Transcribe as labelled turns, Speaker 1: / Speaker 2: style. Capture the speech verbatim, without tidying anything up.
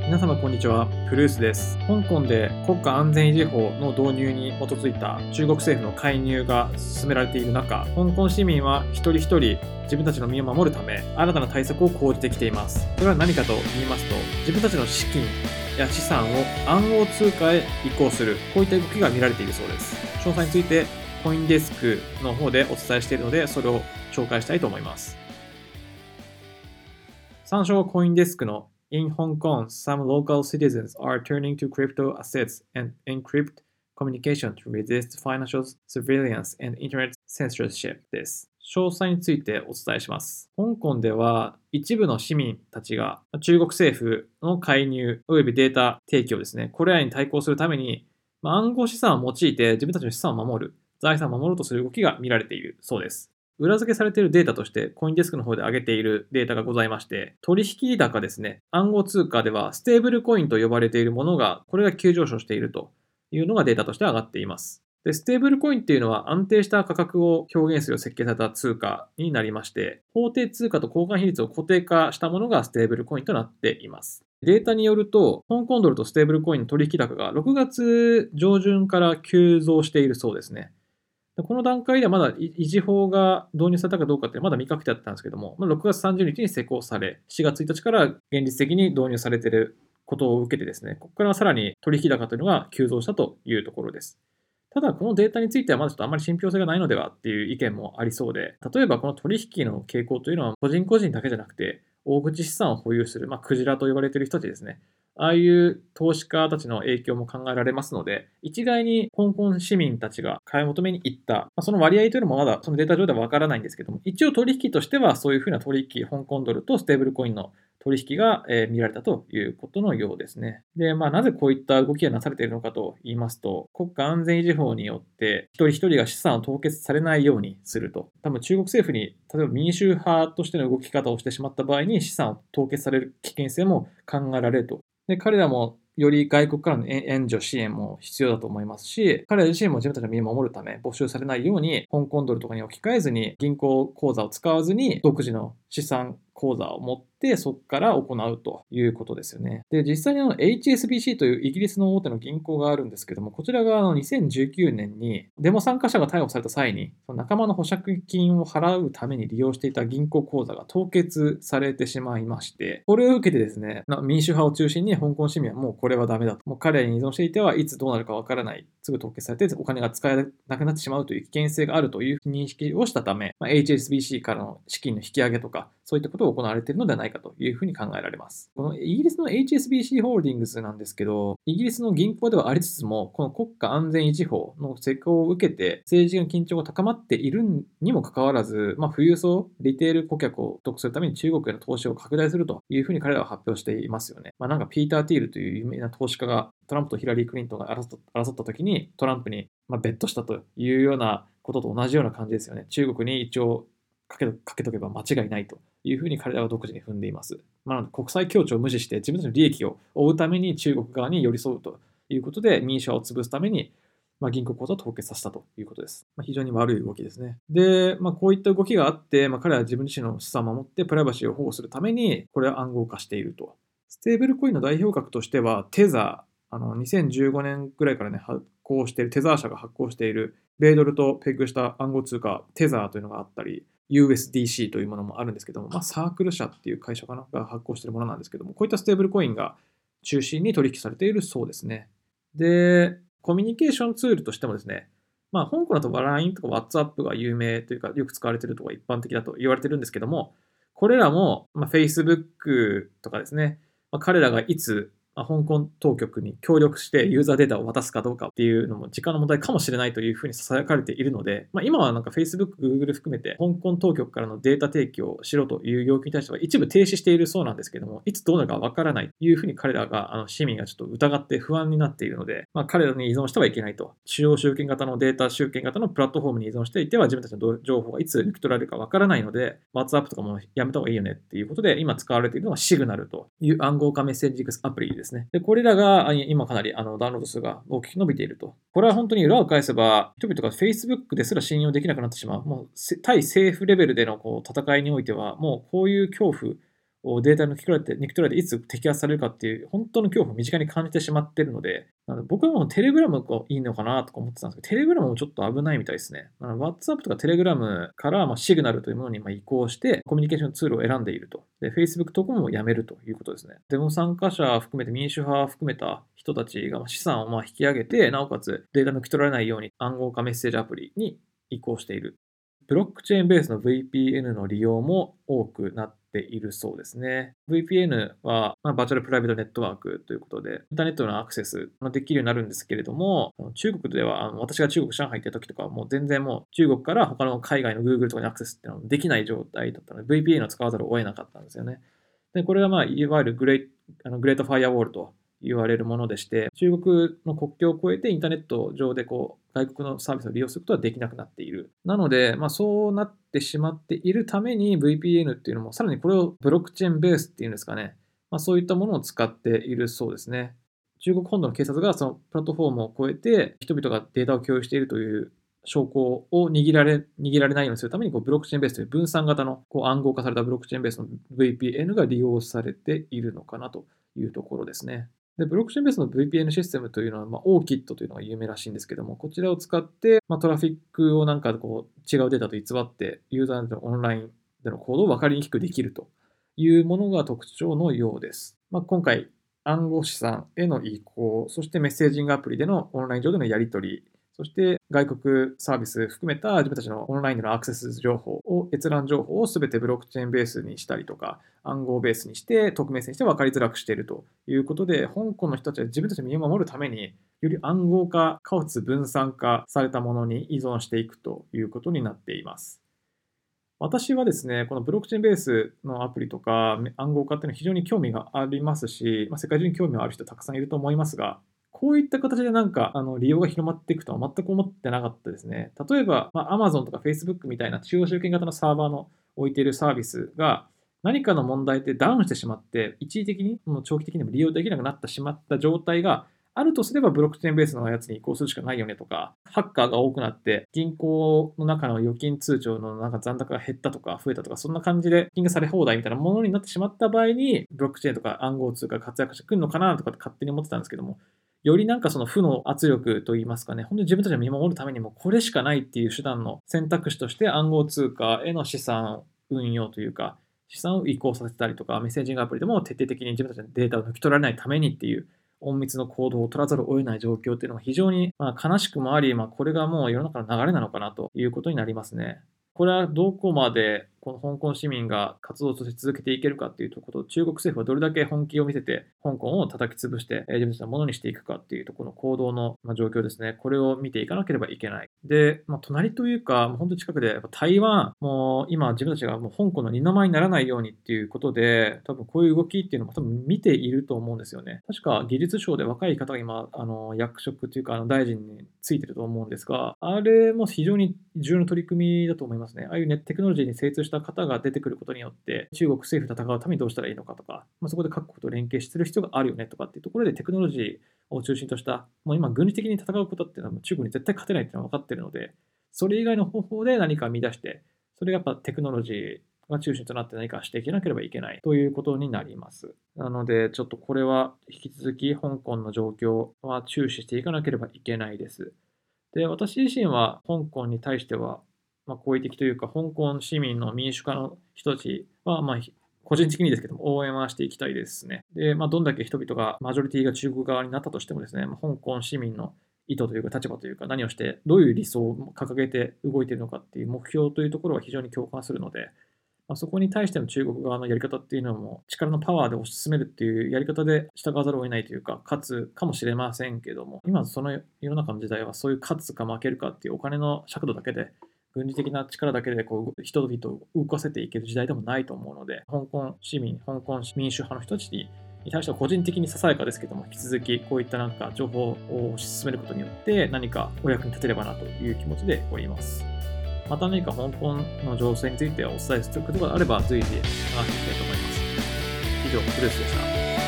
Speaker 1: 皆様こんにちは、プルースです。香港で国家安全維持法の導入に基づいた中国政府の介入が進められている中、香港市民は一人一人自分たちの身を守るため新たな対策を講じてきています。それは何かと言いますと、自分たちの資金や資産を暗号通貨へ移行する、こういった動きが見られているそうです。詳細についてコインデスクの方でお伝えしているので、それを紹介したいと思います。参照コインデスクのIn Hong Kong, some local citizens are turning to crypto assets and encrypt communication to resist financial surveillance and internet censorship です。詳細についてお伝えします。香港では一部の市民たちが中国政府の介入及びデータ提供ですね、これらに対抗するために暗号資産を用いて自分たちの資産を守る、財産を守ろうとする動きが見られているそうです。裏付けされているデータとして、コインデスクの方で上げているデータがございまして、取引高ですね、暗号通貨ではステーブルコインと呼ばれているものが、これが急上昇しているというのがデータとして上がっています。で、ステーブルコインっていうのは安定した価格を表現する設計された通貨になりまして、法定通貨と交換比率を固定化したものがステーブルコインとなっています。データによると、香港ドルとステーブルコインの取引高がろくがつ上旬から急増しているそうですね。この段階ではまだ維持法が導入されたかどうかってまだ未確定だったんですけども、ろくがつさんじゅうにちに施行され、しがつついたちから現実的に導入されていることを受けてですね、ここからさらに取引高というのが急増したというところです。ただ、このデータについてはまだちょっとあまり信憑性がないのではっていう意見もありそうで、例えばこの取引の傾向というのは個人個人だけじゃなくて、大口資産を保有する、まあ、クジラと呼ばれている人たちですね。ああいう投資家たちの影響も考えられますので、一概に香港市民たちが買い求めに行った、まあ、その割合というのもまだそのデータ上ではわからないんですけども、一応取引としてはそういうふうな取引、香港ドルとステーブルコインの取引が、えー、見られたということのようですね。で、まあ、なぜこういった動きがなされているのかと言いますと、国家安全維持法によって一人一人が資産を凍結されないようにすると。多分中国政府に、例えば民衆派としての動き方をしてしまった場合に資産を凍結される危険性も考えられると。で、彼らもより外国からの援助支援も必要だと思いますし、彼ら自身も自分たちの身を守るため、没収されないように、香港ドルとかに置き換えずに、銀行口座を使わずに、独自の資産口座を持って、そこから行うということですよね。で、実際にあの エイチエスビーシー というイギリスの大手の銀行があるんですけども、こちらがあのにせんじゅうきゅうねんにデモ参加者が逮捕された際に、その仲間の保釈金を払うために利用していた銀行口座が凍結されてしまいまして、これを受けてですね、民主派を中心に香港市民はもうこれはダメだと。もう彼らに依存していてはいつどうなるかわからない。すぐ凍結されてお金が使えなくなってしまうという危険性があるという認識をしたため、まあ、エイチエスビーシー からの資金の引き上げとか、そういったことが行われているのではないかというふうに考えられます。このイギリスの エイチエスビーシー ホールディングスなんですけど、イギリスの銀行ではありつつも、この国家安全維持法の施行を受けて、政治的な緊張が高まっているにもかかわらず、まあ、富裕層、リテール顧客を獲得するために中国への投資を拡大するというふうに彼らは発表していますよね。まあ、なんかピーター・ティールという有名な投資家がトランプとヒラリー・クリントンが争った争った時にトランプにまあベットしたというようなことと同じような感じですよね。中国に一応かけかけとけば間違いないというふうに彼らは独自に踏んでいます。まあ、国際協調を無視して自分たちの利益を追うために中国側に寄り添うということで民主派を潰すためにまあ、銀行口座を凍結させたということです。まあ、非常に悪い動きですね。で、まあ、こういった動きがあって、まあ、彼らは自分自身の資産を守ってプライバシーを保護するために、これは暗号化していると。ステーブルコインの代表格としては、テザー、あのにせんじゅうごねんぐらいからね、発行している、テザー社が発行している、米ドルとペグした暗号通貨、テザーというのがあったり、ユーエスディーシー というものもあるんですけども、まあ、サークル社っていう会社かなが発行しているものなんですけども、こういったステーブルコインが中心に取引されているそうですね。で、コミュニケーションツールとしてもですね、まあ、香港だと ライン とか WhatsApp が有名というか、よく使われているとか一般的だと言われてるんですけども、これらも、まあ、Facebook とかですね、まあ、彼らがいつ、まあ、香港当局に協力してユーザーデータを渡すかどうかっていうのも時間の問題かもしれないというふうに囁かれているので、まあ、今はなんか Facebook、Google 含めて香港当局からのデータ提供をしろという要求に対しては一部停止しているそうなんですけども、いつどうなるかわからないというふうに彼らが、あの市民がちょっと疑って不安になっているので、まあ、彼らに依存してはいけないと。中央集権型のデータ集権型のプラットフォームに依存していては自分たちの情報がいつ抜き取られるかわからないので、WhatsApp とかもやめた方がいいよねっていうことで、今使われているのがシグナルという暗号化メッセージアプリですね。で、これらが今かなりあのダウンロード数が大きく伸びていると。これは本当に裏を返せば、人々が Facebook ですら信用できなくなってしまう。もう対政府レベルでのこう戦いにおいては、もうこういう恐怖データの抜き取られて、抜き取られていつ摘発されるかっていう、本当の恐怖を身近に感じてしまっているので、なので僕はもうテレグラムがいいのかなとか思ってたんですけど、テレグラムもちょっと危ないみたいですね。あの WhatsApp とかテレグラムからまあシグナルというものにまあ移行して、コミュニケーションツールを選んでいると。で、Facebook とかもやめるということですね。デモ参加者含めて民主派含めた人たちが資産をまあ引き上げて、なおかつデータ抜き取られないように暗号化メッセージアプリに移行している。ブロックチェーンベースの ブイピーエヌ の利用も多くなっているそうですね。ブイピーエヌ は、まあ、バーチャルプライベートネットワークということで、インターネットのアクセスができるようになるんですけれども、中国では、あの私が中国、上海行った時とかはもう全然もう中国から他の海外の Google とかにアクセスっていうのはできない状態だったので、ブイピーエヌ を使わざるを得なかったんですよね。で、これがまあ、いわゆるグレイあのグレートファイアウォールと言われるものでして、中国の国境を越えてインターネット上でこう外国のサービスを利用することはできなくなっている。なので、まあ、そうなってしまっているために ブイピーエヌ っていうのも、さらにこれをブロックチェーンベースっていうんですかね、まあ、そういったものを使っているそうですね。中国本土の警察がそのプラットフォームを越えて人々がデータを共有しているという証拠を握られ、握られないようにするためにこうブロックチェーンベースという分散型のこう暗号化されたブロックチェーンベースの ブイピーエヌ が利用されているのかなというところですね。で、ブロックチェーンベースの ブイピーエヌ システムというのは、まあ、オーキットというのが有名らしいんですけども、こちらを使って、まあ、トラフィックをなんかこう違うデータと偽って、ユーザーのオンラインでの行動を分かりにくくできるというものが特徴のようです。まあ、今回、暗号資産への移行、そしてメッセージングアプリでのオンライン上でのやり取り、そして外国サービス含めた自分たちのオンラインでのアクセス情報を、閲覧情報をすべてブロックチェーンベースにしたりとか、暗号ベースにして、匿名性にして分かりづらくしているということで、香港の人たちは自分たちの身を守るために、より暗号化、かつ分散化されたものに依存していくということになっています。私はですね、このブロックチェーンベースのアプリとか暗号化っていうのは非常に興味がありますし、まあ、世界中に興味がある人たくさんいると思いますが、こういった形でなんかあの利用が広まっていくとは全く思ってなかったですね。例えば、まあ、Amazon とか Facebook みたいな中央集権型のサーバーの置いているサービスが何かの問題でダウンしてしまって、一時的にもう長期的にも利用できなくなってしまった状態があるとすればブロックチェーンベースのやつに移行するしかないよねとか、ハッカーが多くなって銀行の中の預金通帳のなんか残高が減ったとか増えたとか、そんな感じで金がされ放題みたいなものになってしまった場合に、ブロックチェーンとか暗号通貨が活躍してくるのかなとかって勝手に思ってたんですけども、よりなんかその負の圧力といいますかね、本当に自分たちを見守るためにもこれしかないっていう手段の選択肢として暗号通貨への資産運用というか、資産を移行させたりとか、メッセージングアプリでも徹底的に自分たちのデータを抜き取られないためにっていう隠密の行動を取らざるを得ない状況っていうのが非常にまあ悲しくもあり、まあ、これがもう世の中の流れなのかなということになりますね。これはどこまでこの香港市民が活動として続けていけるかっていうところと、中国政府はどれだけ本気を見せて香港を叩き潰して自分たちのものにしていくかっていうところの行動の状況ですね。これを見ていかなければいけない。で、まあ、隣というか、本当に近くでやっぱ台湾、もう今自分たちがもう香港の二の舞にならないようにっていうことで、多分こういう動きっていうのも多分見ていると思うんですよね。確か技術省で若い方が今、あの役職というかあの大臣についてると思うんですが、あれも非常に重要な取り組みだと思いますね。ああいうね、テクノロジーに精通した方が出てくることによって、中国政府と戦うためにどうしたらいいのかとか、まあ、そこで各国と連携する必要があるよねとかっていうところでテクノロジーを中心とした、もう今軍事的に戦うことっていうのはもう中国に絶対勝てないっていうのは分かっているので、それ以外の方法で何か編み出して、それがやっぱテクノロジーが中心となって何かしていけなければいけないということになります。なので、ちょっとこれは引き続き香港の状況は注視していかなければいけないです。で、私自身は香港に対しては、まあ、好意的というか、香港市民の民主化の人たちは、まあ、個人的にですけども、応援はしていきたいですね。で、まあ、どんだけ人々が、マジョリティが中国側になったとしてもですね、まあ、香港市民の意図というか立場というか、何をして、どういう理想を掲げて動いているのかっていう目標というところは非常に共感するので、まあ、そこに対しての中国側のやり方っていうのも、力のパワーで推し進めるっていうやり方で従わざるを得ないというか、勝つかもしれませんけども、今その世の中の時代はそういう勝つか負けるかっていうお金の尺度だけで、軍事的な力だけでこう人々を動かせていける時代でもないと思うので、香港市民、香港民主派の人たちに対しては個人的にささやかですけども、引き続きこういったなんか情報を推し進めることによって何かお役に立てればなという気持ちでおります。また何か香港の情勢についてお伝えすることがあれば随時話していきたいと思います。以上、ブルースでした。